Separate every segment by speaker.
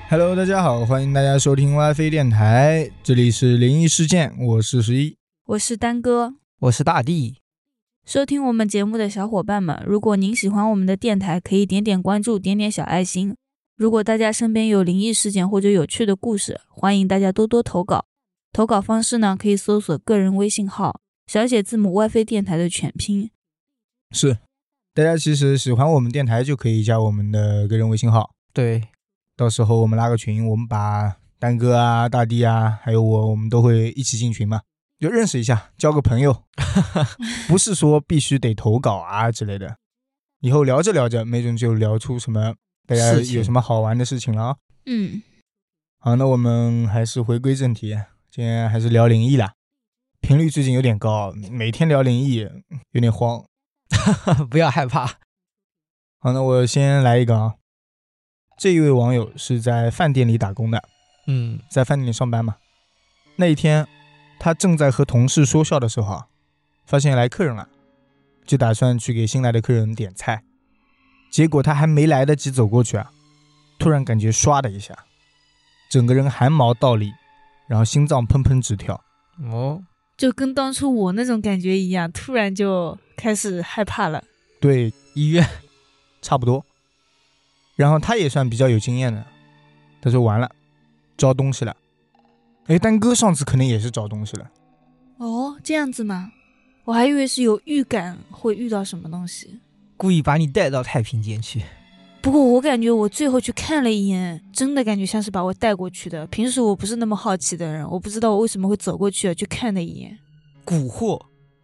Speaker 1: Hello， 大家好，欢迎大家收听 WiFi 电台，这里是灵异事件，我是11，
Speaker 2: 我是丹哥，
Speaker 3: 我是大地。
Speaker 2: 收听我们节目的小伙伴们，如果您喜欢我们的电台，可以点点关注，点点小爱心。如果大家身边有灵异事件或者有趣的故事，欢迎大家多多投稿。投稿方式呢，可以搜索个人微信号，小写字母 WiFi 电台的全拼。
Speaker 1: 是，大家其实喜欢我们电台就可以加我们的个人微信号，
Speaker 3: 对，
Speaker 1: 到时候我们拉个群，我们把丹哥啊、大地啊还有我们都会一起进群嘛，就认识一下，交个朋友不是说必须得投稿啊之类的，以后聊着聊着没准就聊出什么大家有什么好玩的事情了啊。好，那我们还是回归正题，今天还是聊灵异啦，频率最近有点高，每天聊灵异有点慌
Speaker 3: 不要害怕。
Speaker 1: 好，那我先来一个啊。这一位网友是在饭店里打工的，在饭店里上班嘛。那一天他正在和同事说笑的时候啊，发现来客人了，就打算去给新来的客人点菜。结果他还没来得及走过去啊，突然感觉唰的一下，整个人汗毛倒立，然后心脏砰砰直跳。
Speaker 2: 就跟当初我那种感觉一样，突然就开始害怕了。
Speaker 1: 对，
Speaker 3: 医院
Speaker 1: 差不多。然后他也算比较有经验的，他说完了，招东西了。丹哥上次可能也是招东西了。
Speaker 2: 哦，这样子吗？我还以为是有预感会遇到什么东西，
Speaker 3: 故意把你带到太平间去。
Speaker 2: 不过我感觉我最后去看了一眼，真的感觉像是把我带过去的。平时我不是那么好奇的人，我不知道我为什么会走过去去看那一眼。
Speaker 3: 蛊惑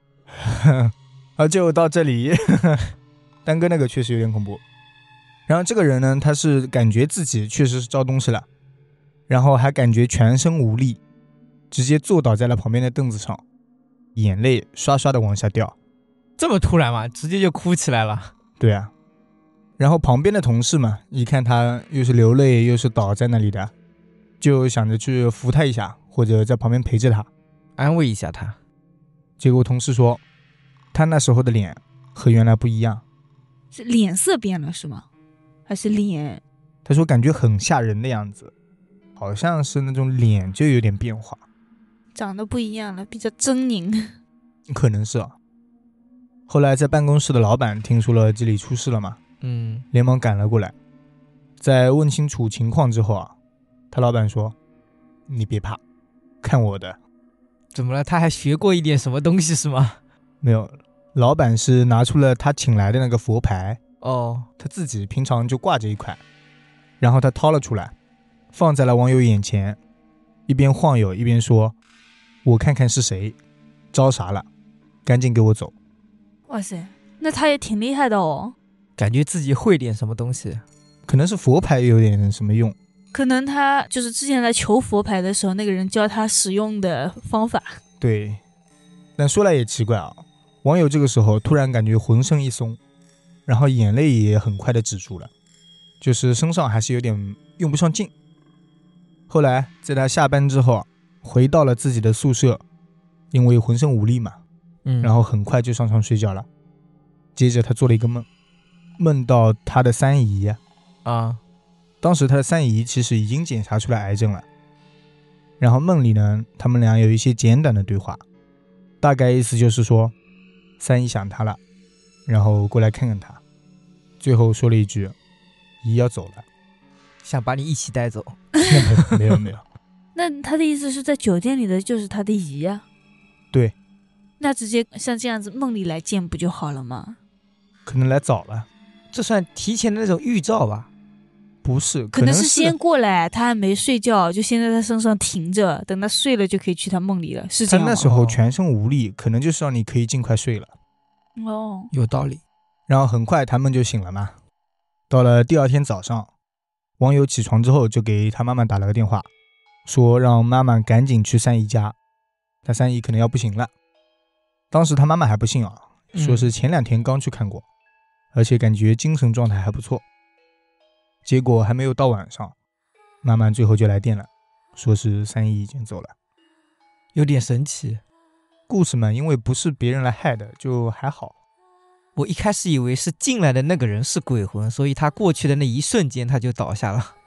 Speaker 1: 就到这里丹哥那个确实有点恐怖。然后这个人呢，他是感觉自己确实是招东西了，然后还感觉全身无力，直接坐倒在了旁边的凳子上，眼泪刷刷的往下掉。
Speaker 3: 这么突然吗？直接就哭起来了。
Speaker 1: 对啊。然后旁边的同事嘛，一看他又是流泪又是倒在那里的，就想着去扶他一下，或者在旁边陪着他，
Speaker 3: 安慰一下他。
Speaker 1: 结果同事说他那时候的脸和原来不一样。
Speaker 2: 是脸色变了是吗？还是脸？
Speaker 1: 他说感觉很吓人的样子，好像是那种脸就有点变化，
Speaker 2: 长得不一样了，比较狰狞。
Speaker 1: 可能是啊。后来在办公室的老板听说了这里出事了嘛，连忙赶了过来。在问清楚情况之后啊，他老板说你别怕，看我的。
Speaker 3: 怎么了？他还学过一点什么东西是吗？
Speaker 1: 没有，老板是拿出了他请来的那个佛牌。他自己平常就挂着一块，然后他掏了出来，放在了网友眼前，一边晃悠一边说，我看看是谁，招啥了，赶紧给我走。
Speaker 2: 哇塞，那他也挺厉害的哦。
Speaker 3: 感觉自己会点什么东西。
Speaker 1: 可能是佛牌有点什么用，
Speaker 2: 可能他就是之前来求佛牌的时候，那个人教他使用的方法。
Speaker 1: 对。但说来也奇怪啊，网友这个时候突然感觉浑身一松，然后眼泪也很快的止住了，就是身上还是有点用不上劲。后来在他下班之后回到了自己的宿舍，因为浑身无力嘛，然后很快就上床睡觉了。接着他做了一个梦，梦到他的三姨当时他的三姨其实已经检查出来癌症了。然后梦里呢，他们俩有一些简短的对话，大概意思就是说三姨想他了，然后过来看看他，最后说了一句姨要走了，
Speaker 3: 想把你一起带走。
Speaker 1: 没有
Speaker 2: 那他的意思是在酒店里的就是他的姨啊？
Speaker 1: 对。
Speaker 2: 那直接像这样子梦里来见不就好了吗？
Speaker 1: 可能来早了。
Speaker 3: 这算提前的那种预兆吧？
Speaker 1: 不是，
Speaker 2: 可能是先过来，他还没睡觉，就先在他身上停着，等他睡了就可以去他梦里了，是这样吗？
Speaker 1: 他那时候全身无力，可能就是让你可以尽快睡了。
Speaker 3: 有道理。
Speaker 1: 然后很快他们就醒了嘛。到了第二天早上，网友起床之后就给他妈妈打了个电话，说让妈妈赶紧去三姨家，他三姨可能要不行了。当时他妈妈还不信啊，说是前2天刚去看过，而且感觉精神状态还不错。结果还没有到晚上，妈妈最后就来电了，说是三姨已经走了。
Speaker 3: 有点神奇。
Speaker 1: 故事嘛，因为不是别人来害的，就还好。
Speaker 3: 我一开始以为是进来的那个人是鬼魂，所以他过去的那一瞬间他就倒下了。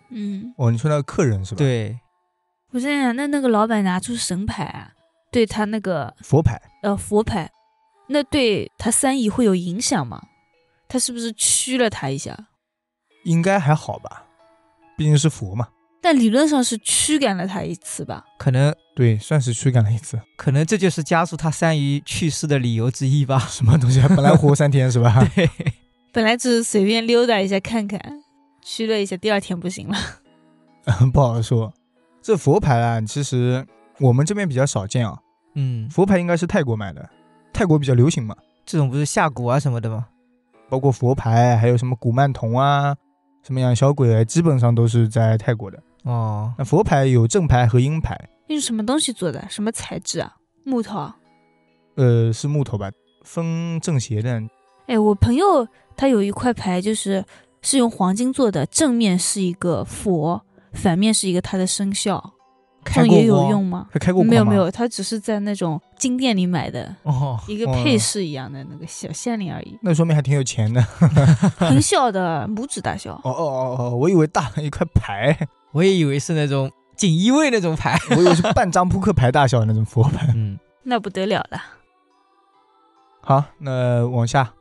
Speaker 1: 哦，你说那个客人是吧？，
Speaker 3: 对，
Speaker 2: 我在想，那个老板拿出神牌啊，对他那个
Speaker 1: 佛牌。
Speaker 2: 佛牌，那对他3姨会有影响吗？他是不是驱了他一下？
Speaker 1: 应该还好吧，毕竟是佛嘛。
Speaker 2: 但理论上是驱赶了他一次吧？
Speaker 3: 可能
Speaker 1: 对，算是驱赶了一次。
Speaker 3: 这就是加速他3姨去世的理由之一吧。
Speaker 1: 什么东西？本来活3天是吧？
Speaker 3: 对，
Speaker 2: 本来只是随便溜达一下看看，驱了一下，第2天不行了。
Speaker 1: 不好说。这佛牌啊，其实我们这边比较少见啊。佛牌应该是泰国买的，泰国比较流行嘛。
Speaker 3: 这种不是下蛊啊什么的吗？
Speaker 1: 包括佛牌，还有什么古曼童啊，什么养小鬼啊，基本上都是在泰国的。
Speaker 3: 哦，
Speaker 1: 那佛牌有正牌和阴牌。
Speaker 2: 用什么东西做的？什么材质啊？木头啊？
Speaker 1: 是木头吧，分正邪的。
Speaker 2: 我朋友他有一块牌，是用黄金做的，正面是一个佛，反面是一个他的生肖。这种也有用吗？
Speaker 1: 他开过光吗？
Speaker 2: 没有，他只是在那种金店里买的，一个配饰一样的那个小项链而已。
Speaker 1: 那说明还挺有钱的。
Speaker 2: 很小的，拇指大小。
Speaker 1: 我以为大了一块牌，
Speaker 3: 我也以为是那种锦衣卫那种牌，
Speaker 1: 我以为是半张扑克牌大小的那种佛牌。
Speaker 2: 那不得了了。
Speaker 1: 好，那往下。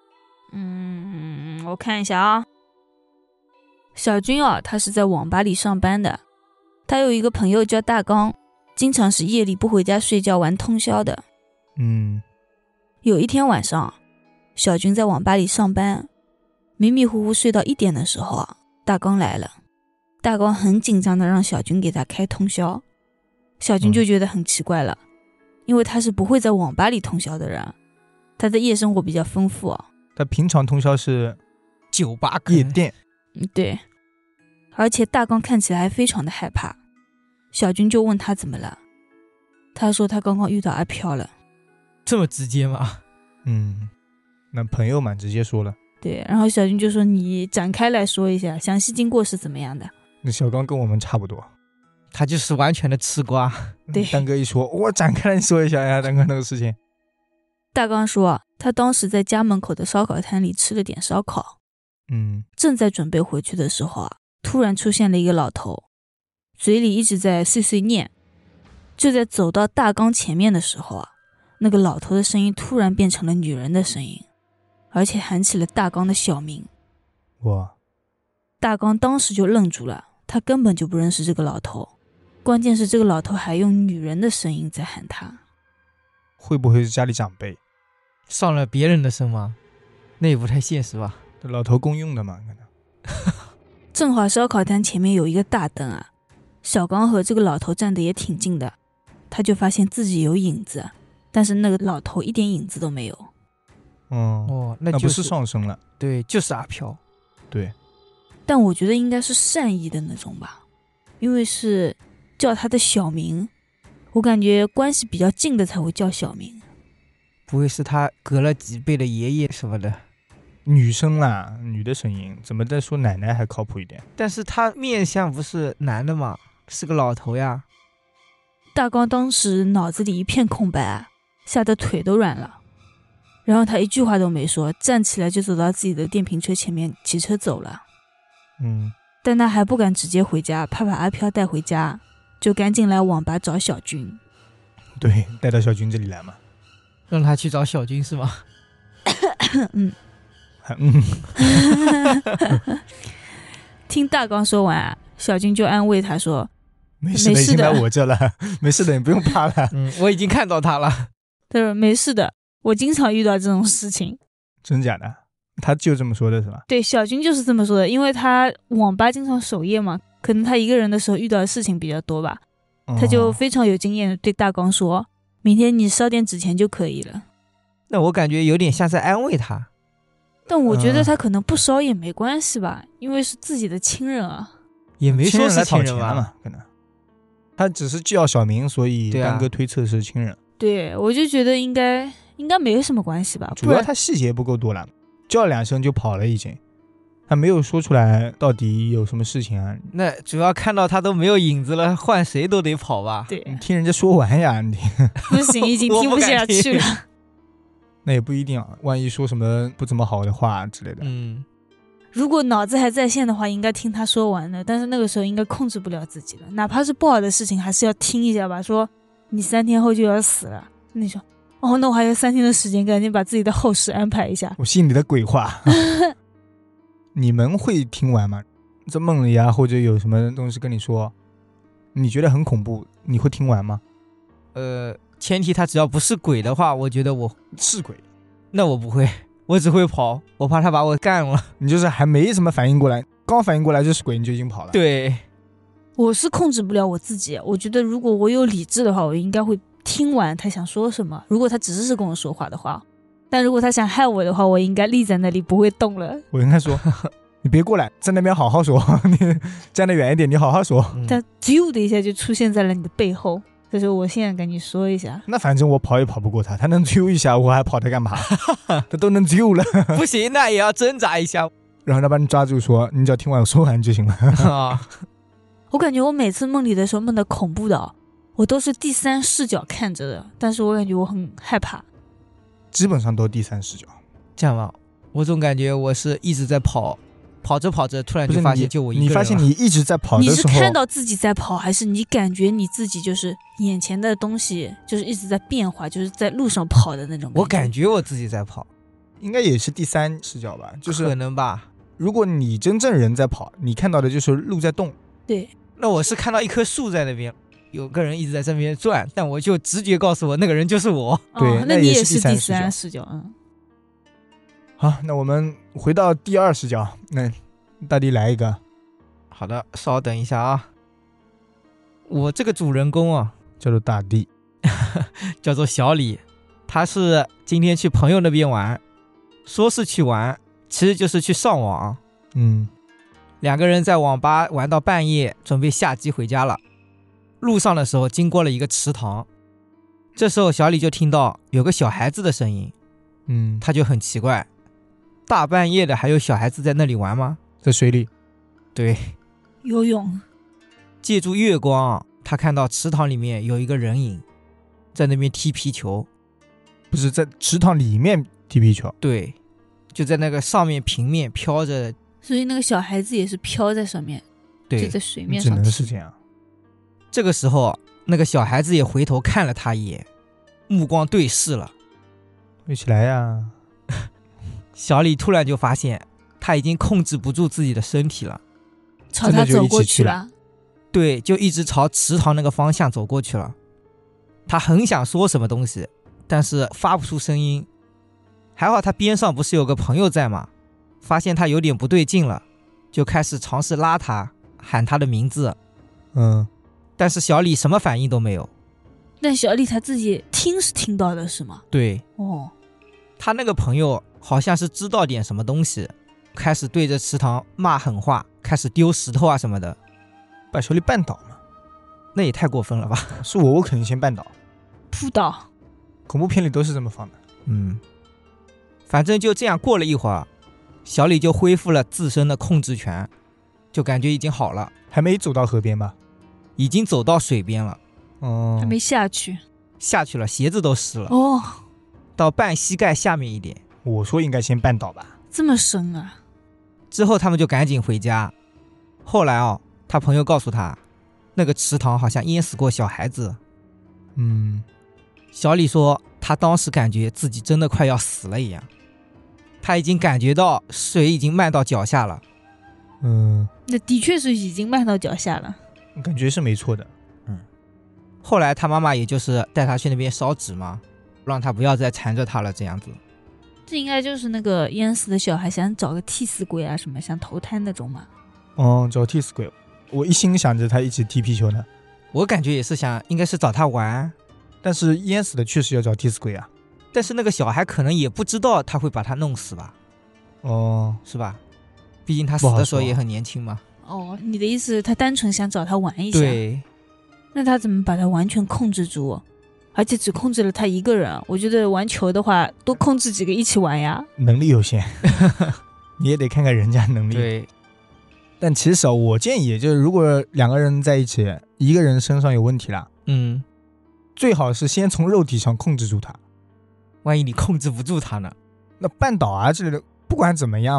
Speaker 2: 我看一下啊。小军啊，他是在网吧里上班的。他有一个朋友叫大刚，经常是夜里不回家睡觉玩通宵的。有一天晚上，小军在网吧里上班，迷迷糊糊睡到1点的时候啊，大刚来了。大刚很紧张的让小军给他开通宵，小军就觉得很奇怪了，因为他是不会在网吧里通宵的人，他的夜生活比较丰富啊。
Speaker 1: 他平常通宵是
Speaker 3: 酒吧
Speaker 1: 夜店。
Speaker 2: 对，而且大刚看起来还非常的害怕。小军就问他怎么了，他说他刚刚遇到阿飘了。
Speaker 3: 这么直接吗？
Speaker 1: 那朋友嘛，直接说了。
Speaker 2: 对，然后小军就说你展开来说一下，详细经过是怎么样的。
Speaker 1: 那小刚跟我们差不多，
Speaker 3: 他就是完全的吃瓜。
Speaker 2: 对，
Speaker 1: 丹哥一说，我展开来说一下呀，丹哥那个事情。
Speaker 2: 大刚说他当时在家门口的烧烤摊里吃了点烧烤，正在准备回去的时候啊，突然出现了一个老头，嘴里一直在碎碎念。就在走到大刚前面的时候啊，那个老头的声音突然变成了女人的声音，而且喊起了大刚的小名。
Speaker 1: 哇！
Speaker 2: 大刚当时就愣住了，他根本就不认识这个老头，关键是这个老头还用女人的声音在喊他。
Speaker 1: 会不会是家里长辈
Speaker 3: 上了别人的身吗？那也不太现实吧。
Speaker 1: 老头公用的嘛，可能。
Speaker 2: 正好烧烤摊前面有一个大灯啊，小刚和这个老头站得也挺近的，他就发现自己有影子，但是那个老头一点影子都没有。
Speaker 3: 那
Speaker 1: 不是上身了。
Speaker 3: 对，就是阿飘。
Speaker 1: 对，
Speaker 2: 但我觉得应该是善意的那种吧，因为是叫他的小名，我感觉关系比较近的才会叫小名。
Speaker 3: 不会是他隔了几辈的爷爷什么的？
Speaker 1: 女生啦，女的声音，怎么再说奶奶还靠谱一点？
Speaker 3: 但是他面相不是男的吗？是个老头呀。
Speaker 2: 大刚当时脑子里一片空白，吓得腿都软了，然后他一句话都没说，站起来就走到自己的电瓶车前面骑车走了。但他还不敢直接回家，怕把阿飘带回家，就赶紧来网吧找小军。
Speaker 1: 对，带到小军这里来嘛。
Speaker 3: 让他去找小军是吗？
Speaker 2: 听大刚说完，小军就安慰他说
Speaker 1: 没事的，已经来我这了，没事的，你不用怕了。
Speaker 3: 我已经看到他了。
Speaker 2: 他说没事的，我经常遇到这种事情。
Speaker 1: 真假的？他就这么说的是吧？
Speaker 2: 对，小军就是这么说的，因为他网吧经常守夜嘛，可能他一个人的时候遇到的事情比较多吧，他就非常有经验的对大刚说，明天你烧点纸钱就可以了。
Speaker 3: 那我感觉有点像在安慰他。
Speaker 2: 但我觉得他可能不烧也没关系吧，因为是自己的亲人啊。
Speaker 3: 也没说是亲人
Speaker 1: 嘛，可能他只是叫小名，所以丹哥推测是亲人。
Speaker 2: 对，我就觉得应该没什么关系吧。
Speaker 1: 主要他细节不够多了，叫2声就跑了已经，他没有说出来到底有什么事情啊。
Speaker 3: 那主要看到他都没有影子了，换谁都得跑吧。
Speaker 2: 对，
Speaker 1: 你听人家说完呀，你
Speaker 2: 不行，已经听不下去了。
Speaker 1: 那也不一定啊，万一说什么不怎么好的话之类的。
Speaker 2: 如果脑子还在线的话，应该听他说完的，但是那个时候应该控制不了自己了，哪怕是不好的事情还是要听一下吧。说你3天后就要死了，那说哦，那我还有3天的时间，赶紧把自己的后事安排一下。
Speaker 1: 我信你的鬼话。你们会听完吗？在梦里啊，或者有什么东西跟你说，你觉得很恐怖，你会听完吗？
Speaker 3: 前提他只要不是鬼的话，我觉得我
Speaker 1: 是鬼，
Speaker 3: 那我不会，我只会跑，我怕他把我干了。
Speaker 1: 你就是还没什么反应过来，刚反应过来就是鬼，你就已经跑了。
Speaker 3: 对，
Speaker 2: 我是控制不了我自己，我觉得如果我有理智的话，我应该会听完他想说什么。如果他只是跟我说话的话，但如果他想害我的话，我应该立在那里不会动了。
Speaker 1: 我应该说你别过来，在那边好好说，你站得远一点，你好好说。
Speaker 2: 他啾的一下就出现在了你的背后，这时候我现在跟你说一下。
Speaker 1: 那反正我跑也跑不过他，他能揪一下，我还跑他干嘛？他都能揪了。
Speaker 3: 不行，那也要挣扎一下。
Speaker 1: 然后他把你抓住说，你只要听完我说完就行了。
Speaker 2: 我感觉我每次梦里的时候梦的恐怖的，我都是第三视角看着的，但是我感觉我很害怕。
Speaker 1: 基本上都第三视角。
Speaker 3: 这样吧，我总感觉我是一直在跑，跑着跑着突然就发现就我一个人了。
Speaker 1: 你发现你一直在跑的时候，
Speaker 2: 你是看到自己在跑，还是你感觉你自己就是眼前的东西就是一直在变化，就是在路上跑的那种感觉？
Speaker 3: 我感觉我自己在跑，
Speaker 1: 应该也是第三视角吧，就是
Speaker 3: 可能吧。
Speaker 1: 如果你真正人在跑，你看到的就是路在动。
Speaker 2: 对，
Speaker 3: 那我是看到一棵树在那边，有个人一直在这边转，但我就直觉告诉我那个人就是我。
Speaker 1: 对，
Speaker 2: 那你也
Speaker 1: 是
Speaker 2: 第三视角。
Speaker 1: 好，那我们回到第二视角，那大地来一个。
Speaker 3: 好的，稍等一下啊。我这个主人公啊，
Speaker 1: 叫做大地，
Speaker 3: 叫做小李，他是今天去朋友那边玩，说是去玩，其实就是去上网。两个人在网吧玩到半夜，准备下机回家了。路上的时候经过了一个池塘，这时候小李就听到有个小孩子的声音，他就很奇怪，大半夜的还有小孩子在那里玩吗？
Speaker 1: 在水里。
Speaker 3: 对，
Speaker 2: 游泳。
Speaker 3: 借助月光，他看到池塘里面有一个人影在那边踢皮球。
Speaker 1: 不是在池塘里面踢皮球？
Speaker 3: 对，就在那个上面平面飘着。
Speaker 2: 所以那个小孩子也是飘在上面，
Speaker 3: 对，
Speaker 2: 就在水面上。
Speaker 1: 只能是这样。
Speaker 3: 这个时候那个小孩子也回头看了他一眼，目光对视了。
Speaker 1: 一起来呀。
Speaker 3: 小李突然就发现他已经控制不住自己的身体了，
Speaker 2: 朝他走过去了。
Speaker 3: 对，就一直朝池塘那个方向走过去了。他很想说什么东西，但是发不出声音。还好他边上不是有个朋友在吗？发现他有点不对劲了，就开始尝试拉他，喊他的名字。但是小李什么反应都没有。
Speaker 2: 但小李他自己听是听到的是吗？
Speaker 3: 对。他那个朋友好像是知道点什么东西，开始对着池塘骂狠话，开始丢石头啊什么的，
Speaker 1: 把小李绊倒嘛。
Speaker 3: 那也太过分了吧。
Speaker 1: 是我肯定先绊倒。
Speaker 2: 扑倒。
Speaker 1: 恐怖片里都是这么放的。
Speaker 3: 反正就这样过了一会儿，小李就恢复了自身的控制权，就感觉已经好了。
Speaker 1: 还没走到河边吧？
Speaker 3: 已经走到水边了。
Speaker 2: 还没下去。
Speaker 3: 下去了，鞋子都湿了。到半膝盖下面一点。
Speaker 1: 我说应该先绊倒吧。
Speaker 2: 这么深啊。
Speaker 3: 之后他们就赶紧回家。后来他朋友告诉他，那个池塘好像淹死过小孩子。小李说他当时感觉自己真的快要死了一样，他已经感觉到水已经漫到脚下了。
Speaker 2: 那的确是已经漫到脚下了。
Speaker 1: 感觉是没错的。
Speaker 3: 后来他妈妈也就是带他去那边烧纸嘛，让他不要再缠着他了这样子。
Speaker 2: 这应该就是那个淹死的小孩想找个替死鬼啊什么，想投胎那种嘛。
Speaker 1: 找替死鬼。我一心想着他一起踢皮球呢。
Speaker 3: 我感觉也是想应该是找他玩，
Speaker 1: 但是淹死的确实要找替死鬼啊。
Speaker 3: 但是那个小孩可能也不知道他会把他弄死吧。
Speaker 1: 是
Speaker 3: 吧？毕竟他死的时候也很年轻嘛。
Speaker 2: 你的意思是他单纯想找他玩一下。
Speaker 3: 对。
Speaker 2: 那他怎么把他完全控制住？而且只控制了他一个人。我觉得玩球的话多控制几个一起玩呀。
Speaker 1: 能力有限。你也得看看人家能力。
Speaker 3: 对。
Speaker 1: 但其实我建议就是如果两个人在一起，一个人身上有问题了，最好是先从肉体上控制住他。
Speaker 3: 万一你控制不住他呢？
Speaker 1: 那绊倒啊之类的，不管怎么样嘛，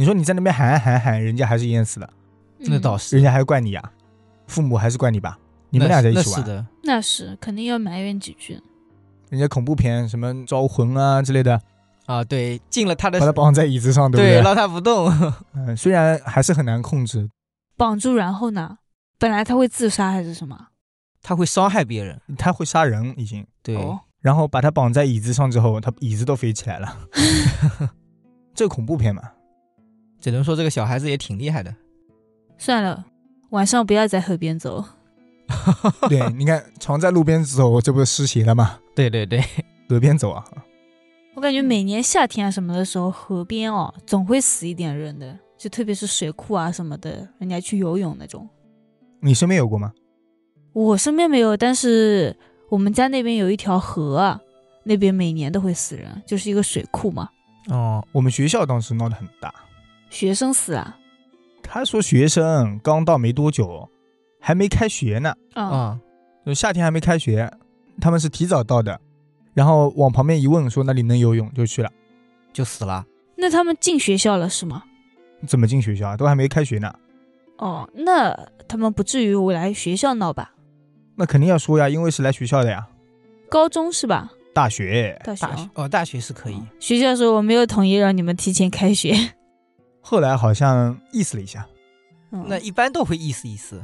Speaker 1: 你说你在那边喊，人家还是淹死了，
Speaker 3: 那倒是，
Speaker 1: 人家还怪你啊，父母还是怪你吧？你们俩在一起玩，
Speaker 3: 那是的，
Speaker 2: 那是肯定要埋怨几句。
Speaker 1: 人家恐怖片什么招魂啊之类的
Speaker 3: 啊，对，进了他的，
Speaker 1: 把他绑在椅子上，对不对？
Speaker 3: 让他不动。
Speaker 1: 虽然还是很难控制。
Speaker 2: 绑住然后呢？本来他会自杀还是什么？
Speaker 3: 他会伤害别人，
Speaker 1: 他会杀人已经。
Speaker 3: 对。
Speaker 1: 然后把他绑在椅子上之后，他椅子都飞起来了。这恐怖片嘛，
Speaker 3: 只能说这个小孩子也挺厉害的。
Speaker 2: 算了，晚上不要在河边走。
Speaker 1: 对，你看常在路边走，这不是湿鞋了吗？
Speaker 3: 对对对，
Speaker 1: 河边走啊。
Speaker 2: 我感觉每年夏天啊什么的时候，河边哦总会死一点人的，就特别是水库啊什么的，人家去游泳那种。
Speaker 1: 你身边有过吗？
Speaker 2: 我身边没有，但是我们家那边有一条河啊，那边每年都会死人，就是一个水库嘛。
Speaker 1: 哦，我们学校当时闹得很大。
Speaker 2: 学生死啊？
Speaker 1: 他说学生刚到没多久，还没开学呢。就夏天还没开学，他们是提早到的，然后往旁边一问，说那里能游泳，就去了，
Speaker 3: 就死了。
Speaker 2: 那他们进学校了是吗？
Speaker 1: 怎么进学校啊？都还没开学呢。
Speaker 2: 哦，那他们不至于我来学校闹吧？
Speaker 1: 那肯定要说呀，因为是来学校的呀。
Speaker 2: 高中是吧？
Speaker 1: 大学
Speaker 3: 哦，大学是可以。
Speaker 2: 学校说我没有同意让你们提前开学。
Speaker 1: 后来好像意思了一下。
Speaker 3: 那一般都会意思意思。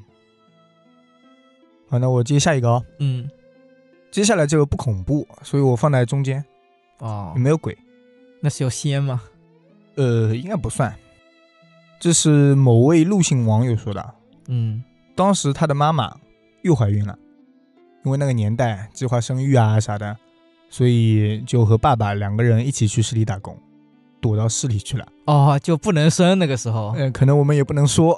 Speaker 1: 好，那我接下一个哦。接下来这个不恐怖，所以我放在中间。
Speaker 3: 哦，
Speaker 1: 没有鬼。
Speaker 3: 那是要仙吗？
Speaker 1: 应该不算。这是某位陆姓网友说的。当时他的妈妈又怀孕了，因为那个年代计划生育啊啥的，所以就和爸爸两个人一起去市里打工，躲到市里去了。
Speaker 3: 哦，就不能生那个时候。
Speaker 1: 可能我们也不能说。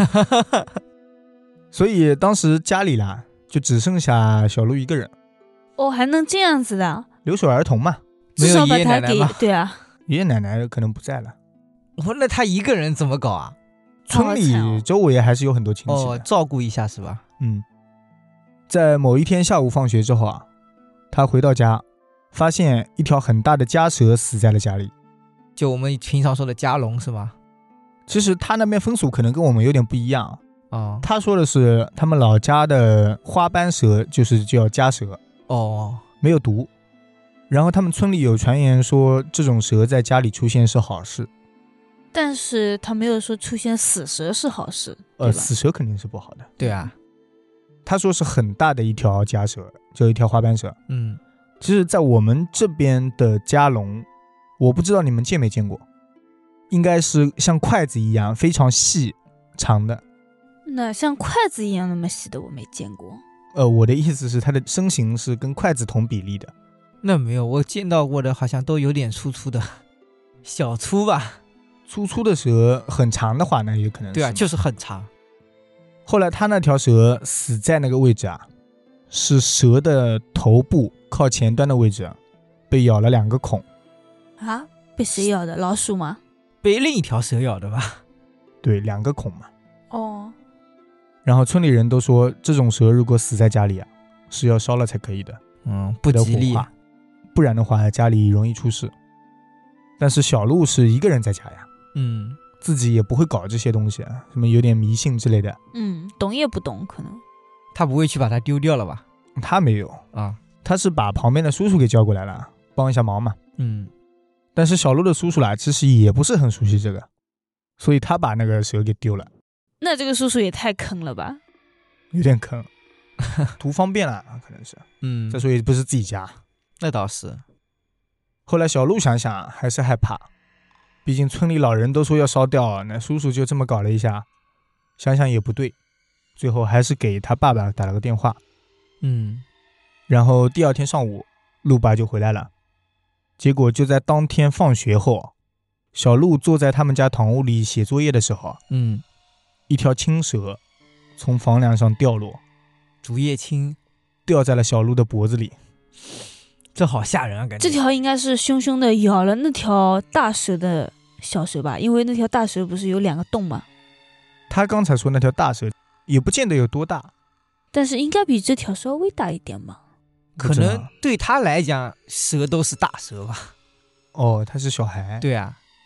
Speaker 1: 所以当时家里啦就只剩下小鹿一个人。
Speaker 2: 哦，还能这样子的？
Speaker 1: 留守儿童嘛，
Speaker 2: 至少把他给，对啊，
Speaker 1: 爷爷奶奶可能不在了。
Speaker 3: 那他一个人怎么搞啊？
Speaker 1: 村里周围还是有很多亲戚的。
Speaker 3: 照顾一下是吧？
Speaker 1: 在某一天下午放学之后啊，他回到家，发现一条很大的家蛇死在了家里。
Speaker 3: 就我们平常说的家龙是吗？
Speaker 1: 其实他那边风俗可能跟我们有点不一样。他说的是他们老家的花斑蛇就是叫家蛇。没有毒。然后他们村里有传言说这种蛇在家里出现是好事，
Speaker 2: 但是他没有说出现死蛇是好事。
Speaker 1: 死蛇肯定是不好的。
Speaker 3: 对啊。
Speaker 1: 他说是很大的一条家蛇，就一条花斑蛇。其实在我们这边的家龙，我不知道你们见没见过，应该是像筷子一样非常细长的。
Speaker 2: 那像筷子一样那么细的我没见过。
Speaker 1: 我的意思是它的身形是跟筷子同比例的。
Speaker 3: 那没有，我见到过的好像都有点粗粗的，小粗吧。
Speaker 1: 粗的蛇很长的话呢，也可能是。
Speaker 3: 对啊，就是很长。
Speaker 1: 后来他那条蛇死在那个位置啊，是蛇的头部靠前端的位置被咬了2个孔。
Speaker 2: 啊？被谁咬的？老鼠吗？
Speaker 3: 被另一条蛇咬的吧？
Speaker 1: 对，2个孔嘛。
Speaker 3: 然
Speaker 1: 后村里人都说，这种蛇如果死在家里啊，是要烧了才可以的。
Speaker 3: 不吉利，
Speaker 1: 不然的话家里容易出事。但是小鹿是一个人在家呀，自己也不会搞这些东西啊，什么有点迷信之类的。
Speaker 2: 懂也不懂，可能
Speaker 3: 他不会去把它丢掉了吧？
Speaker 1: 他没有啊，他是把旁边的叔叔给叫过来了，帮一下忙嘛。但是小鹿的叔叔啦，其实也不是很熟悉这个，所以他把那个蛇给丢了。
Speaker 2: 那这个叔叔也太坑了吧？
Speaker 1: 有点坑。图方便了可能是。再说也不是自己家。
Speaker 3: 那倒是。
Speaker 1: 后来小鹿想想还是害怕，毕竟村里老人都说要烧掉，那叔叔就这么搞了一下，想想也不对，最后还是给他爸爸打了个电话。然后第2天上午鹿爸就回来了，结果就在当天放学后，小鹿坐在他们家堂屋里写作业的时候，一条青蛇从房梁上掉落，
Speaker 3: 竹叶青
Speaker 1: 掉在了小鹿的脖子里。
Speaker 3: 这好吓人啊，感觉。
Speaker 2: 这条应该是凶凶的咬了那条大蛇的小蛇吧，因为那条大蛇不是有2个洞吗？
Speaker 1: 他刚才说那条大蛇也不见得有多大，
Speaker 2: 但是应该比这条稍微大一点嘛。
Speaker 3: 可能对他来讲蛇都是大蛇吧。
Speaker 1: 他是小孩。
Speaker 3: 对啊。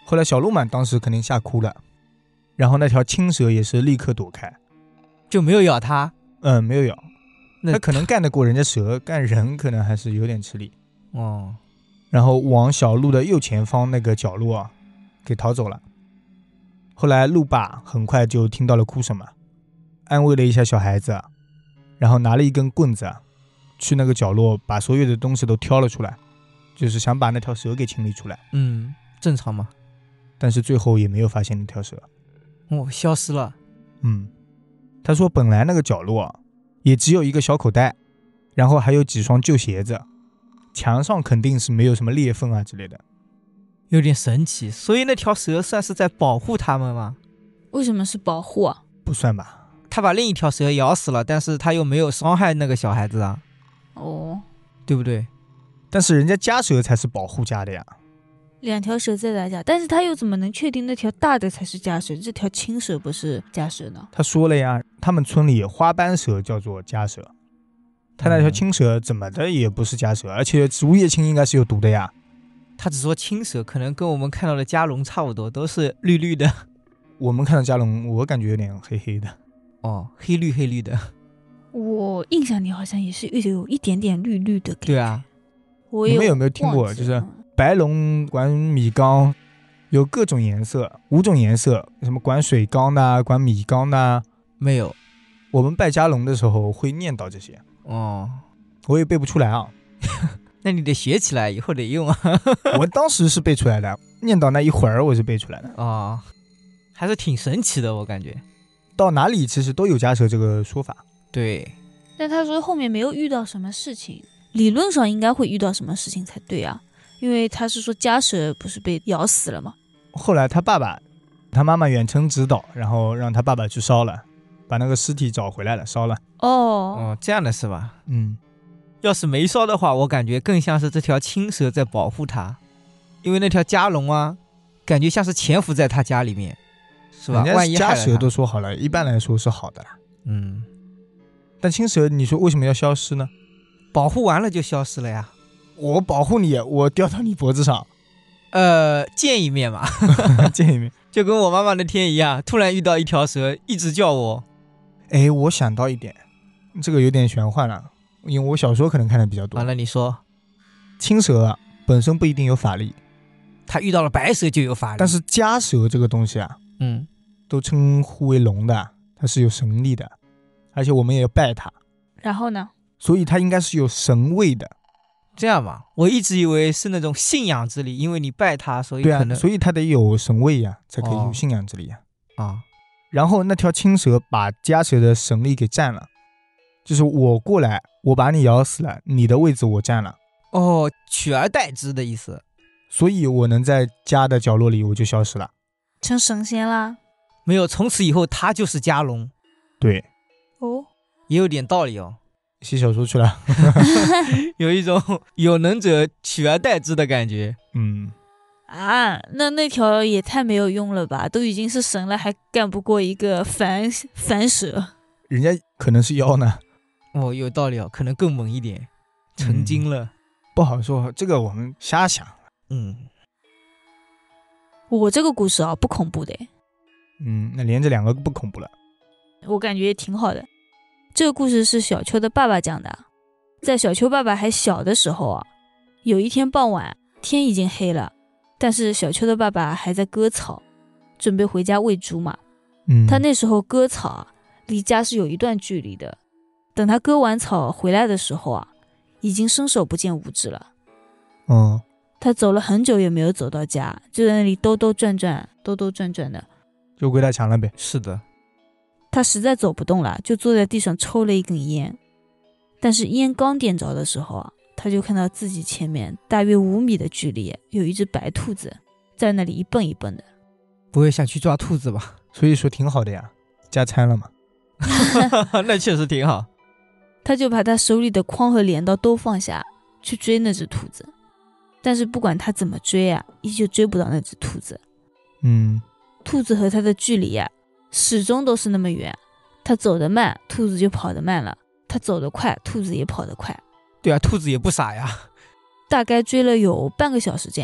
Speaker 1: 后来小鹿嘛，当时肯定吓哭了，然后那条青蛇也是立刻躲开，
Speaker 3: 就没有咬它。
Speaker 1: 没有咬，它可能干得过人家蛇，干人可能还是有点吃力。
Speaker 3: 哦，
Speaker 1: 然后往小鹿的右前方那个角落给逃走了。后来鹿爸很快就听到了哭声嘛，安慰了一下小孩子，然后拿了一根棍子去那个角落把所有的东西都挑了出来，就是想把那条蛇给清理出来。
Speaker 3: 正常嘛。
Speaker 1: 但是最后也没有发现那条蛇。
Speaker 3: 消失了。
Speaker 1: 他说本来那个角落也只有一个小口袋，然后还有几双旧鞋子，墙上肯定是没有什么裂缝啊之类的。
Speaker 3: 有点神奇，所以那条蛇算是在保护他们吗？
Speaker 2: 为什么是保护啊？
Speaker 1: 不算吧，
Speaker 3: 他把另一条蛇咬死了，但是他又没有伤害那个小孩子啊。对不对？
Speaker 1: 但是人家家蛇才是保护家的呀。
Speaker 2: 两条蛇在打架，但是他又怎么能确定那条大的才是家蛇，这条青蛇不是家蛇呢？
Speaker 1: 他说了呀，他们村里花斑蛇叫做家蛇，他那条青蛇怎么的也不是家蛇，而且植物叶青应该是有毒的呀。
Speaker 3: 他只说青蛇，可能跟我们看到的家龙差不多，都是绿绿的。
Speaker 1: 我们看到家龙，我感觉有点黑黑的。
Speaker 3: 黑绿黑绿的。
Speaker 2: 我印象里好像也是有一点点绿绿的感觉。
Speaker 3: 对啊，
Speaker 1: 你们有没有听过，就是白龙管米缸有各种颜色，5种颜色，什么管水缸的，管米缸的。
Speaker 3: 没有，
Speaker 1: 我们拜家龙的时候会念叨这些。我也背不出来啊。
Speaker 3: 那你得学起来，以后得用啊。
Speaker 1: 我当时是背出来的，念叨那一会儿我是背出来的。
Speaker 3: 还是挺神奇的，我感觉
Speaker 1: 到哪里其实都有家蛇这个说法。
Speaker 3: 对，
Speaker 2: 但他说后面没有遇到什么事情，理论上应该会遇到什么事情才对啊，因为他是说家蛇不是被咬死了吗？
Speaker 1: 后来他妈妈远程指导，然后让他爸爸去烧了，把那个尸体找回来了，烧了。
Speaker 3: 这样的是吧？
Speaker 1: 要
Speaker 3: 是没烧的话，我感觉更像是这条青蛇在保护他，因为那条家龙啊，感觉像是潜伏在他家里面，是吧？万一
Speaker 1: 家蛇都说好了，一般来说是好的啦。但青蛇你说为什么要消失呢？
Speaker 3: 保护完了就消失了呀。
Speaker 1: 我保护你，我掉到你脖子上，
Speaker 3: 见一面嘛。
Speaker 1: 见一面，
Speaker 3: 就跟我妈妈那天一样，突然遇到一条蛇一直叫我。
Speaker 1: 我想到一点，这个有点玄幻了，因为我小说可能看的比较多。
Speaker 3: 完了，你说
Speaker 1: 青蛇本身不一定有法力，
Speaker 3: 他遇到了白蛇就有法力，
Speaker 1: 但是家蛇这个东西啊，都称呼为龙的，它是有神力的，而且我们也要拜它。
Speaker 2: 然后呢？
Speaker 1: 所以它应该是有神位的。
Speaker 3: 这样吧，我一直以为是那种信仰之力，因为你拜它，所以可能
Speaker 1: 所以它得有神位呀，才可以有信仰之力呀。然后那条青蛇把家蛇的神力给占了，就是我过来，我把你咬死了，你的位置我占了。
Speaker 3: 取而代之的意思。
Speaker 1: 所以我能在家的角落里我就消失了，
Speaker 2: 成神仙啦。
Speaker 3: 没有，从此以后他就是家龙。
Speaker 1: 对，
Speaker 3: 也有点道理哦。
Speaker 1: 写小说去了。
Speaker 3: 有一种有能者取而代之的感觉。
Speaker 2: 那条也太没有用了吧，都已经是神了还干不过一个凡蛇。
Speaker 1: 人家可能是妖呢。
Speaker 3: 有道理哦，可能更猛一点，成精了。
Speaker 1: 不好说，这个我们瞎想。
Speaker 2: 我这个故事不恐怖的。
Speaker 1: 那连着2个不恐怖了。
Speaker 2: 我感觉挺好的。这个故事是小秋的爸爸讲的。在小秋爸爸还小的时候有一天傍晚，天已经黑了，但是小秋的爸爸还在割草，准备回家喂猪嘛。他那时候割草离家是有一段距离的，等他割完草回来的时候已经伸手不见五指了。他走了很久也没有走到家，就在那里兜兜转转的，
Speaker 1: 就归他强了呗。
Speaker 3: 是的，
Speaker 2: 他实在走不动了，就坐在地上抽了一根烟。但是烟刚点着的时候他就看到自己前面大约5米的距离有一只白兔子在那里一蹦一蹦的。
Speaker 3: 不会想去抓兔子吧？
Speaker 1: 所以说挺好的呀，加餐了嘛。
Speaker 3: 那确实挺好。
Speaker 2: 他就把他手里的筐和镰刀都放下，去追那只兔子。但是不管他怎么追依旧追不到那只兔子。兔子和他的距离始终都是那么远。他走得慢，兔子就跑得慢了；他走得快，兔子也跑得快。
Speaker 3: 对啊，兔子也不傻呀。
Speaker 2: 大概追了有半个小时这样，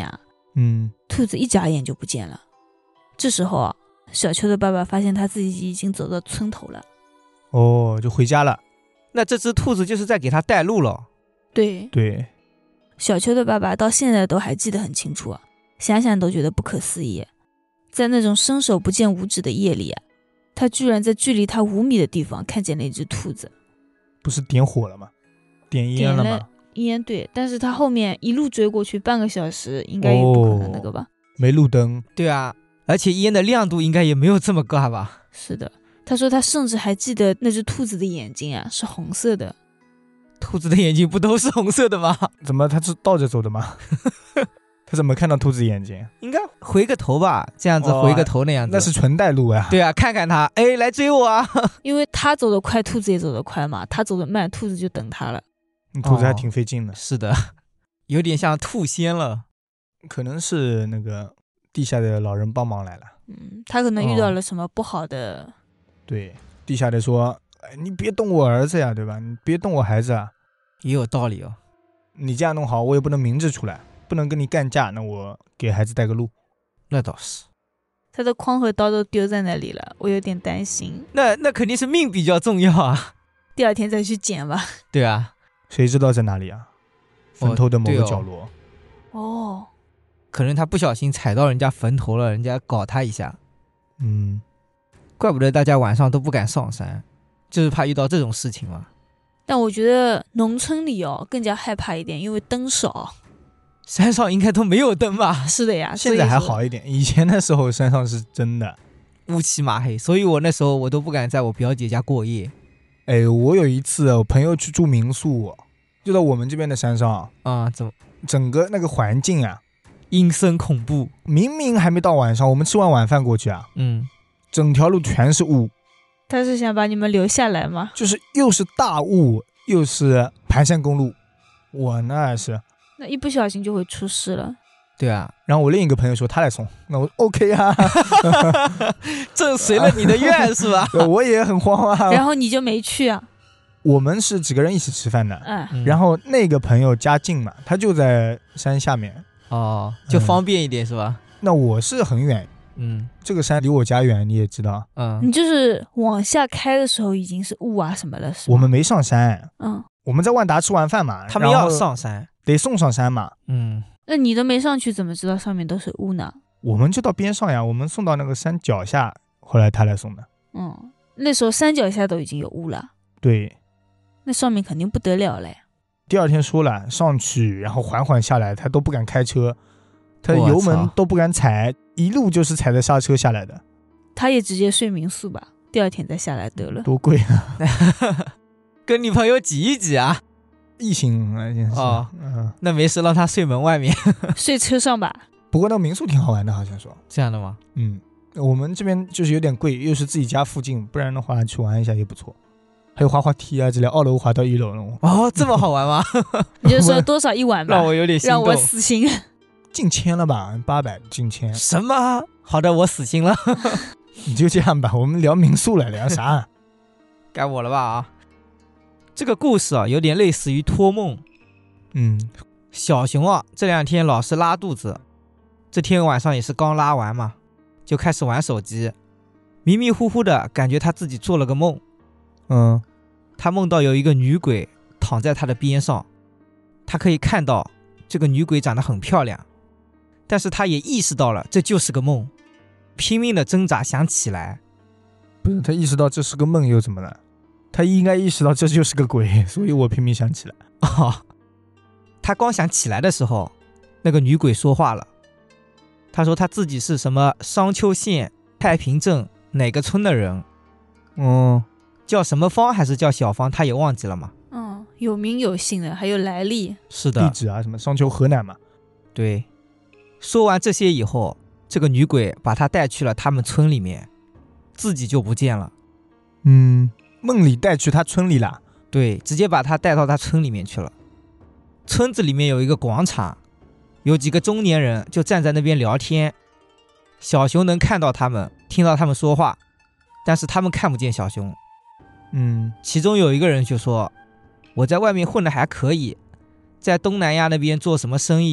Speaker 2: 兔子一眨眼就不见了。这时候啊，小秋的爸爸发现他自己已经走到村头了。
Speaker 1: 就回家了。
Speaker 3: 那这只兔子就是在给他带路了。
Speaker 1: 对，
Speaker 2: 小秋的爸爸到现在都还记得很清楚啊，想想都觉得不可思议。在那种伸手不见五指的夜里啊，他居然在距离他5米的地方看见了一只兔子。
Speaker 1: 不是点火了吗？点烟了吗？
Speaker 2: 烟，对，但是他后面一路追过去半个小时，应该也不可能那个吧？
Speaker 1: 没路灯。
Speaker 3: 对啊，而且烟的亮度应该也没有这么高吧？
Speaker 2: 是的，他说他甚至还记得那只兔子的眼睛啊是红色的。
Speaker 3: 兔子的眼睛不都是红色的吗？
Speaker 1: 怎么他是倒着走的吗？他怎么看到兔子眼睛？
Speaker 3: 应该回个头吧，这样子回个头那样子。
Speaker 1: 那是纯带路啊。
Speaker 3: 对啊，看看他，哎，来追我啊！
Speaker 2: 因为他走得快，兔子也走得快嘛，他走得慢，兔子就等他了。
Speaker 1: 兔子还挺费劲的。
Speaker 3: 是的，有点像兔仙了。
Speaker 1: 可能是那个地下的老人帮忙来了。
Speaker 2: 他可能遇到了什么不好的。
Speaker 1: 对，地下的说，你别动我儿子呀，对吧？你别动我孩子啊。
Speaker 3: 也有道理哦。
Speaker 1: 你这样弄好，我也不能明着出来，不能跟你干架，那我给孩子带个路。
Speaker 3: 那倒是。
Speaker 2: 他的筐和刀都丢在那里了，我有点担心。
Speaker 3: 那肯定是命比较重要啊。
Speaker 2: 第二天再去捡吧。
Speaker 3: 对啊。
Speaker 1: 谁知道在哪里啊？坟头的某个角落。
Speaker 3: 可能他不小心踩到人家坟头了，人家搞他一下。
Speaker 1: 怪
Speaker 3: 不得大家晚上都不敢上山，就是怕遇到这种事情嘛。
Speaker 2: 但我觉得农村里更加害怕一点，因为灯少。
Speaker 3: 山上应该都没有灯吧？
Speaker 2: 是的呀，
Speaker 1: 现在还好一点，以前的时候山上是真的
Speaker 3: 乌漆麻黑，所以我那时候我都不敢在我表姐家过夜。
Speaker 1: 我有一次我朋友去住民宿，就在我们这边的山上
Speaker 3: 怎么
Speaker 1: 整个那个环境啊
Speaker 3: 阴森恐怖。
Speaker 1: 明明还没到晚上，我们吃完晚饭过去啊，整条路全是雾。
Speaker 2: 他是想把你们留下来吗？
Speaker 1: 就是又是大雾又是盘山公路，我那
Speaker 2: 一不小心就会出事了。
Speaker 3: 对啊，
Speaker 1: 然后我另一个朋友说他来送，那我 OK 啊，
Speaker 3: 正随了你的愿是吧？
Speaker 1: 我也很慌啊。
Speaker 2: 然后你就没去啊？
Speaker 1: 我们是几个人一起吃饭的，然后那个朋友家近嘛，他就在山下面，
Speaker 3: 就方便一点是吧？
Speaker 1: 那我是很远，这个山离我家远，你也知道，
Speaker 2: 你就是往下开的时候已经是雾啊什么了，是吧？
Speaker 1: 我们没上山，我们在万达吃完饭嘛，
Speaker 3: 他们要上山，
Speaker 1: 得送上山嘛，
Speaker 2: 那你都没上去，怎么知道上面都是雾呢？
Speaker 1: 我们就到边上呀，我们送到那个山脚下，后来他来送的。
Speaker 2: 那时候山脚下都已经有雾了。
Speaker 1: 对，
Speaker 2: 那上面肯定不得了嘞。
Speaker 1: 第二天说了上去，然后缓缓下来，他都不敢开车，他油门都不敢踩，一路就是踩着刹车下来的。
Speaker 2: 他也直接睡民宿吧，第二天再下来得了。
Speaker 1: 多贵啊！
Speaker 3: 跟女朋友挤一挤啊。
Speaker 1: 异性
Speaker 3: 那没事，让他睡门外面，
Speaker 2: 睡车上吧。
Speaker 1: 不过那个民宿挺好玩的，好像说
Speaker 3: 这样的吗？
Speaker 1: 我们这边就是有点贵，又是自己家附近，不然的话去玩一下也不错。还有滑滑梯啊之类，2楼滑到1楼了。
Speaker 3: 这么好玩吗？
Speaker 2: 你就说多少一晚吧，
Speaker 3: 让我有点心动，
Speaker 2: 让我死心。
Speaker 1: 近千了吧，800近千。
Speaker 3: 什么？好的，我死心了。
Speaker 1: 你就这样吧，我们聊民宿了，聊啥？
Speaker 3: 该我了吧这个故事有点类似于托梦。小熊这2天老是拉肚子，这天晚上也是刚拉完嘛，就开始玩手机，迷迷糊糊的感觉他自己做了个梦。他梦到有一个女鬼躺在他的边上，他可以看到这个女鬼长得很漂亮，但是他也意识到了这就是个梦，拼命的挣扎想起来。
Speaker 1: 不是，他意识到这是个梦又怎么了？他应该意识到这就是个鬼，所以我拼命想起来。
Speaker 3: 他刚想起来的时候，那个女鬼说话了。他说他自己是什么商丘县太平镇哪个村的人，叫什么方还是叫小方他也忘记了嘛。
Speaker 2: 有名有姓的，还有来历。
Speaker 3: 是的，
Speaker 1: 地址啊什么商丘河南嘛。
Speaker 3: 对，说完这些以后，这个女鬼把他带去了他们村里面，自己就不见了。
Speaker 1: 梦里带去他村里了。
Speaker 3: 对，直接把他带到他村里面去了。村子里面有一个广场，有几个中年人就站在那边聊天，小熊能看到他们，听到他们说话，但是他们看不见小熊。其中有一个人就说，我在外面混得还可以，在东南亚那边做什么生意，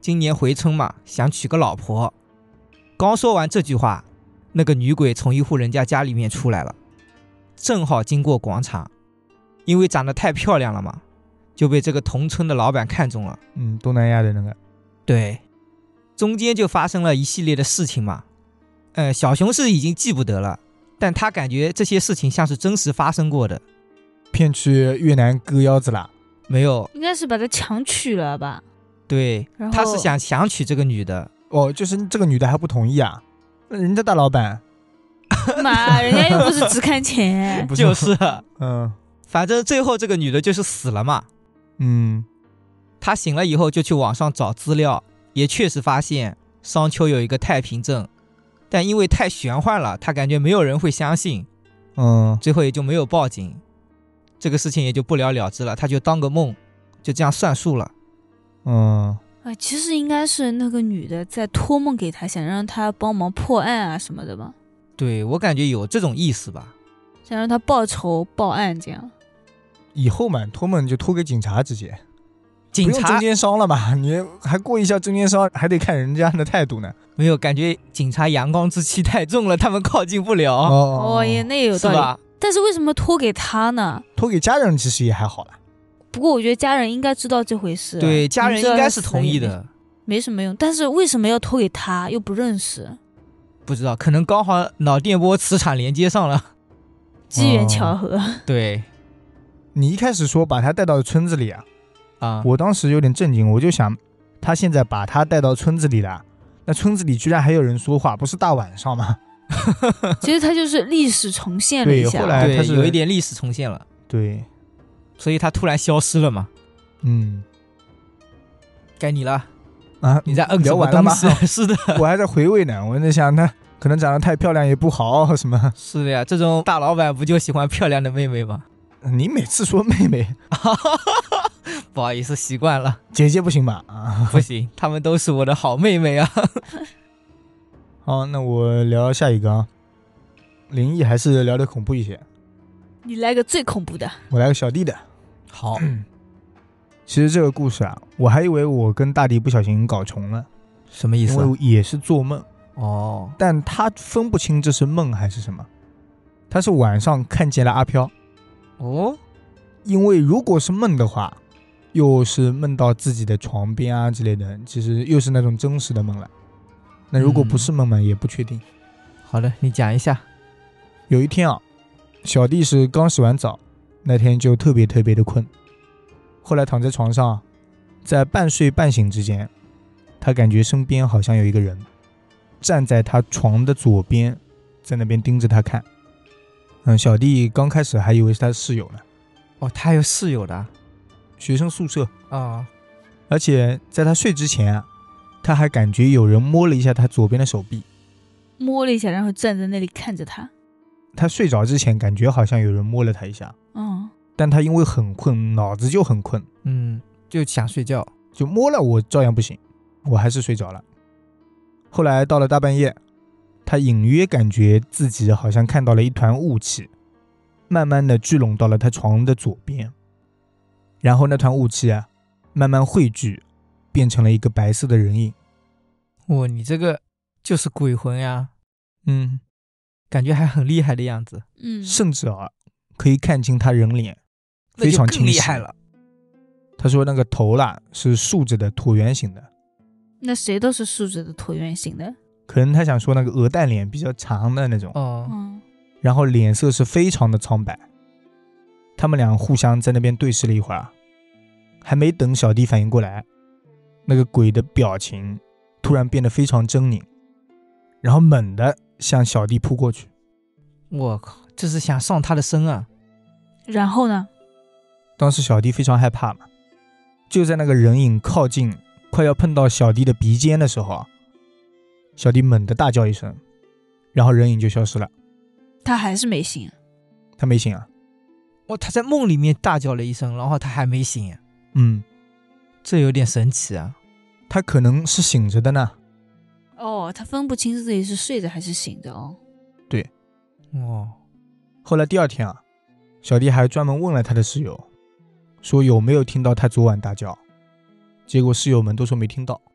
Speaker 3: 今年回村嘛，想娶个老婆。刚说完这句话，那个女鬼从一户人家家里面出来了，正好经过广场，因为长得太漂亮了嘛，就被这个同村的老板看中了。
Speaker 1: 东南亚的那个。
Speaker 3: 对，中间就发生了一系列的事情嘛。小熊是已经记不得了，但他感觉这些事情像是真实发生过的。
Speaker 1: 骗去越南割腰子啦？
Speaker 3: 没有，
Speaker 2: 应该是把他强娶了吧？
Speaker 3: 对，他是想娶这个女的。
Speaker 1: 就是这个女的还不同意啊？人家大老板
Speaker 2: 妈，人家又不是只看钱。
Speaker 3: 就是，反正最后这个女的就是死了嘛。他醒了以后就去网上找资料，也确实发现商丘有一个太平镇，但因为太玄幻了，他感觉没有人会相信，最后也就没有报警，这个事情也就不了了之了，他就当个梦，就这样算数了。
Speaker 2: 其实应该是那个女的在托梦给他，想让他帮忙破案啊什么的吧。
Speaker 3: 对，我感觉有这种意思吧，
Speaker 2: 想让他报仇报案这样。
Speaker 1: 以后嘛，托梦就托给警察直接，
Speaker 3: 警察
Speaker 1: 不用中间商了嘛，你还过一下中间商，还得看人家的态度呢。
Speaker 3: 没有，感觉警察阳刚之气太重了，他们靠近不了。
Speaker 2: 那也有道理，
Speaker 3: 是吧？
Speaker 2: 但是为什么托给他呢？
Speaker 1: 托给家人其实也还好了。
Speaker 2: 不过我觉得家人应该知道这回事。
Speaker 3: 对，家人应该是同意的。
Speaker 2: 没什么用，但是为什么要托给他？又不认识。
Speaker 3: 不知道，可能刚好脑电波磁场连接上了，
Speaker 2: 机缘巧合。
Speaker 3: 对，
Speaker 1: 你一开始说把他带到村子里我当时有点震惊，我就想，他现在把他带到村子里了，那村子里居然还有人说话，不是大晚上吗？
Speaker 2: 其实他就是历史重现了一下。
Speaker 1: 对，后来他是
Speaker 3: 有一点历史重现了。
Speaker 1: 对，
Speaker 3: 所以他突然消失了嘛。该你了你在聊完了吗？是的，
Speaker 1: 我还在回味呢，我在想他可能长得太漂亮也不好什么。
Speaker 3: 是的呀，这种大老板不就喜欢漂亮的妹妹吗？
Speaker 1: 你每次说妹妹
Speaker 3: 不好意思，习惯了。
Speaker 1: 姐姐不行吧？
Speaker 3: 不行，她们都是我的好妹妹啊。
Speaker 1: 好，那我聊下一个灵异还是聊得恐怖一些。
Speaker 2: 你来个最恐怖的。
Speaker 1: 我来个小弟的。
Speaker 3: 好。
Speaker 1: 其实这个故事我还以为我跟大弟不小心搞重了。
Speaker 3: 什么意思？
Speaker 1: 因为也是做梦。但他分不清这是梦还是什么。他是晚上看见了阿飘。因为如果是梦的话，又是梦到自己的床边之类的，其实又是那种真实的梦了。那如果不是梦嘛，也不确定。
Speaker 3: 好的，你讲一下。
Speaker 1: 有一天小弟是刚洗完澡，那天就特别特别的困。后来躺在床上，在半睡半醒之间，他感觉身边好像有一个人站在他床的左边，在那边盯着他看。小弟刚开始还以为是他的室友呢。
Speaker 3: 他还有室友的？
Speaker 1: 学生宿舍而且在他睡之前他还感觉有人摸了一下他左边的手臂，
Speaker 2: 摸了一下，然后站在那里看着他。
Speaker 1: 他睡着之前感觉好像有人摸了他一下，但他因为很困，脑子就很困，
Speaker 3: 就想睡觉，
Speaker 1: 就摸了我照样不醒，我还是睡着了。后来到了大半夜，他隐约感觉自己好像看到了一团雾气，慢慢的聚拢到了他床的左边，然后那团雾气慢慢汇聚，变成了一个白色的人影。
Speaker 3: 你这个就是鬼魂呀。感觉还很厉害的样子。
Speaker 1: 甚至可以看清他人脸，非常清晰。
Speaker 3: 那就更厉害了。
Speaker 1: 他说那个头是竖着的，椭圆形的。
Speaker 2: 那谁都是竖着的椭圆形的。
Speaker 1: 可能他想说那个鹅蛋脸比较长的那种。然后脸色是非常的苍白。他们俩互相在那边对视了一会儿，还没等小弟反应过来，那个鬼的表情突然变得非常狰狞，然后猛地向小弟扑过去。
Speaker 3: 我靠，这是想上他的身啊！
Speaker 2: 然后呢？
Speaker 1: 当时小弟非常害怕嘛，就在那个人影靠近快要碰到小弟的鼻尖的时候小弟猛地大叫一声，然后人影就消失了。
Speaker 2: 他还是没醒。
Speaker 1: 他没醒
Speaker 3: 他在梦里面大叫了一声，然后他还没醒。
Speaker 2: 这
Speaker 3: 有点神奇啊。
Speaker 1: 他可能是醒着的呢。
Speaker 2: 他分不清自己是睡着还是醒着
Speaker 1: 对。后来第二天小弟还专门问了他的室友，说有没有听到他昨晚大叫，结果室友们都说没听到。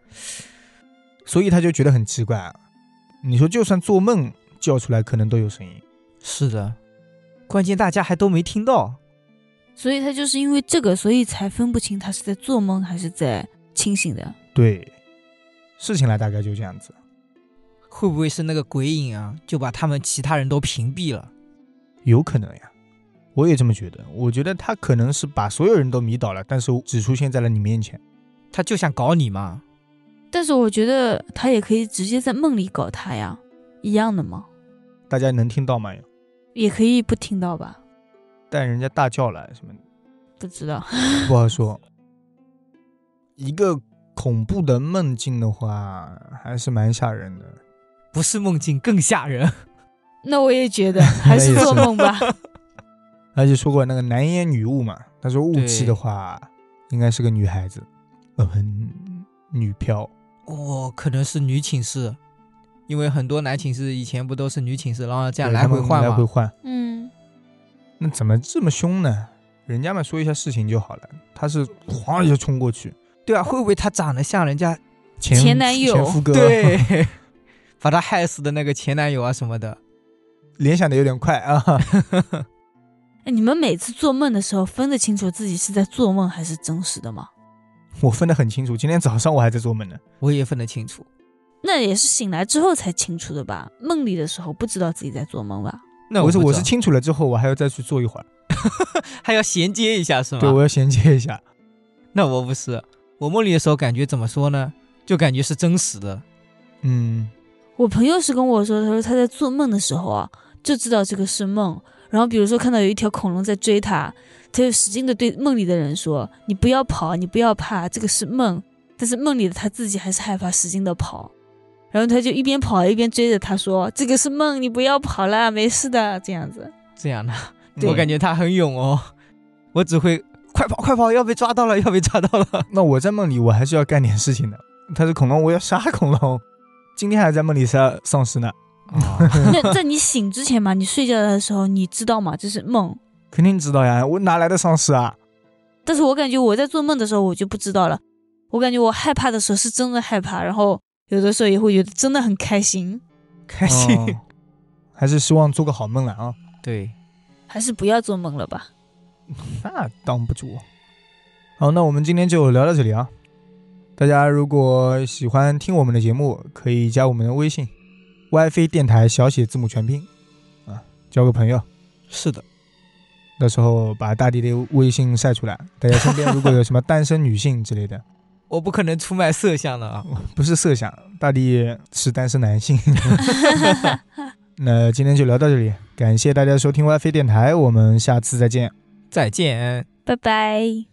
Speaker 1: 所以他就觉得很奇怪啊。你说就算做梦叫出来可能都有声音。
Speaker 3: 是的，关键大家还都没听到。
Speaker 2: 所以他就是因为这个，所以才分不清他是在做梦还是在清醒的。
Speaker 1: 对，事情来大概就这样子。
Speaker 3: 会不会是那个鬼影啊，就把他们其他人都屏蔽了？
Speaker 1: 有可能呀，我也这么觉得。我觉得他可能是把所有人都迷倒了，但是只出现在了你面前。
Speaker 3: 他就想搞你嘛。
Speaker 2: 但是我觉得他也可以直接在梦里搞他呀，一样的嘛。
Speaker 1: 大家能听到吗？
Speaker 2: 也可以不听到吧。
Speaker 1: 但人家大叫了什么？
Speaker 2: 不知道，
Speaker 1: 不好说。一个恐怖的梦境的话，还是蛮吓人的。
Speaker 3: 不是梦境更吓人。
Speaker 2: 那我也觉得还是做梦吧。
Speaker 1: 而且说过那个男烟女雾嘛，他说雾气的话应该是个女孩子，女漂。
Speaker 3: 可能是女寝室，因为很多男寝室以前不都是女寝室，然后这样来回换吗？
Speaker 1: 来回换。
Speaker 2: 那
Speaker 1: 怎么这么凶呢？人家们说一下事情就好了，他是哗就冲过去。
Speaker 3: 对啊，会不会他长得像人家
Speaker 2: 前男友？
Speaker 1: 前夫哥。
Speaker 3: 对，把他害死的那个前男友啊什么的。
Speaker 1: 联想的有点快啊。
Speaker 2: 你们每次做梦的时候分得清楚自己是在做梦还是真实的吗？
Speaker 1: 我分得很清楚，今天早上我还在做梦呢。
Speaker 3: 我也分得清楚。
Speaker 2: 那也是醒来之后才清楚的吧？梦里的时候不知道自己在做梦吧？
Speaker 3: 那
Speaker 1: 我是清楚了之后我还要再去做一会儿。
Speaker 3: 还要衔接一下是吗？
Speaker 1: 对，我要衔接一下。
Speaker 3: 那我不是，我梦里的时候感觉怎么说呢，就感觉是真实的。
Speaker 2: 我朋友是跟我说，他说他在做梦的时候啊，就知道这个是梦，然后比如说看到有一条恐龙在追他，他就使劲的对梦里的人说，你不要跑，你不要怕，这个是梦。但是梦里的他自己还是害怕，使劲的跑，然后他就一边跑一边追着他说，这个是梦，你不要跑了，没事的，这样子。
Speaker 3: 这样的，我感觉他很勇哦，我只会快跑快跑，要被抓到了，要被抓到了。
Speaker 1: 那我在梦里我还是要干点事情的，他是恐龙，我要杀恐龙。今天还在梦里杀丧尸呢。
Speaker 2: 那在你醒之前嘛，你睡觉的时候你知道吗？这是梦。
Speaker 1: 肯定知道呀，我哪来的丧尸啊？
Speaker 2: 但是我感觉我在做梦的时候我就不知道了，我感觉我害怕的时候是真的害怕，然后有的时候也会觉得真的很开心。
Speaker 1: 还是希望做个好梦了啊。
Speaker 3: 对，
Speaker 2: 还是不要做梦了吧。
Speaker 1: 那当不住。好，那我们今天就聊到这里啊。大家如果喜欢听我们的节目，可以加我们的微信 WiFi 电台小写字母全拼啊，交个朋友。
Speaker 3: 是的，
Speaker 1: 到时候把大弟的微信晒出来，大家身边如果有什么单身女性之类的。
Speaker 3: 我不可能出卖色相的啊。
Speaker 1: 不是色相，大弟是单身男性。那今天就聊到这里，感谢大家收听 WiFi 电台，我们下次再见。
Speaker 3: 再见，
Speaker 2: 拜拜。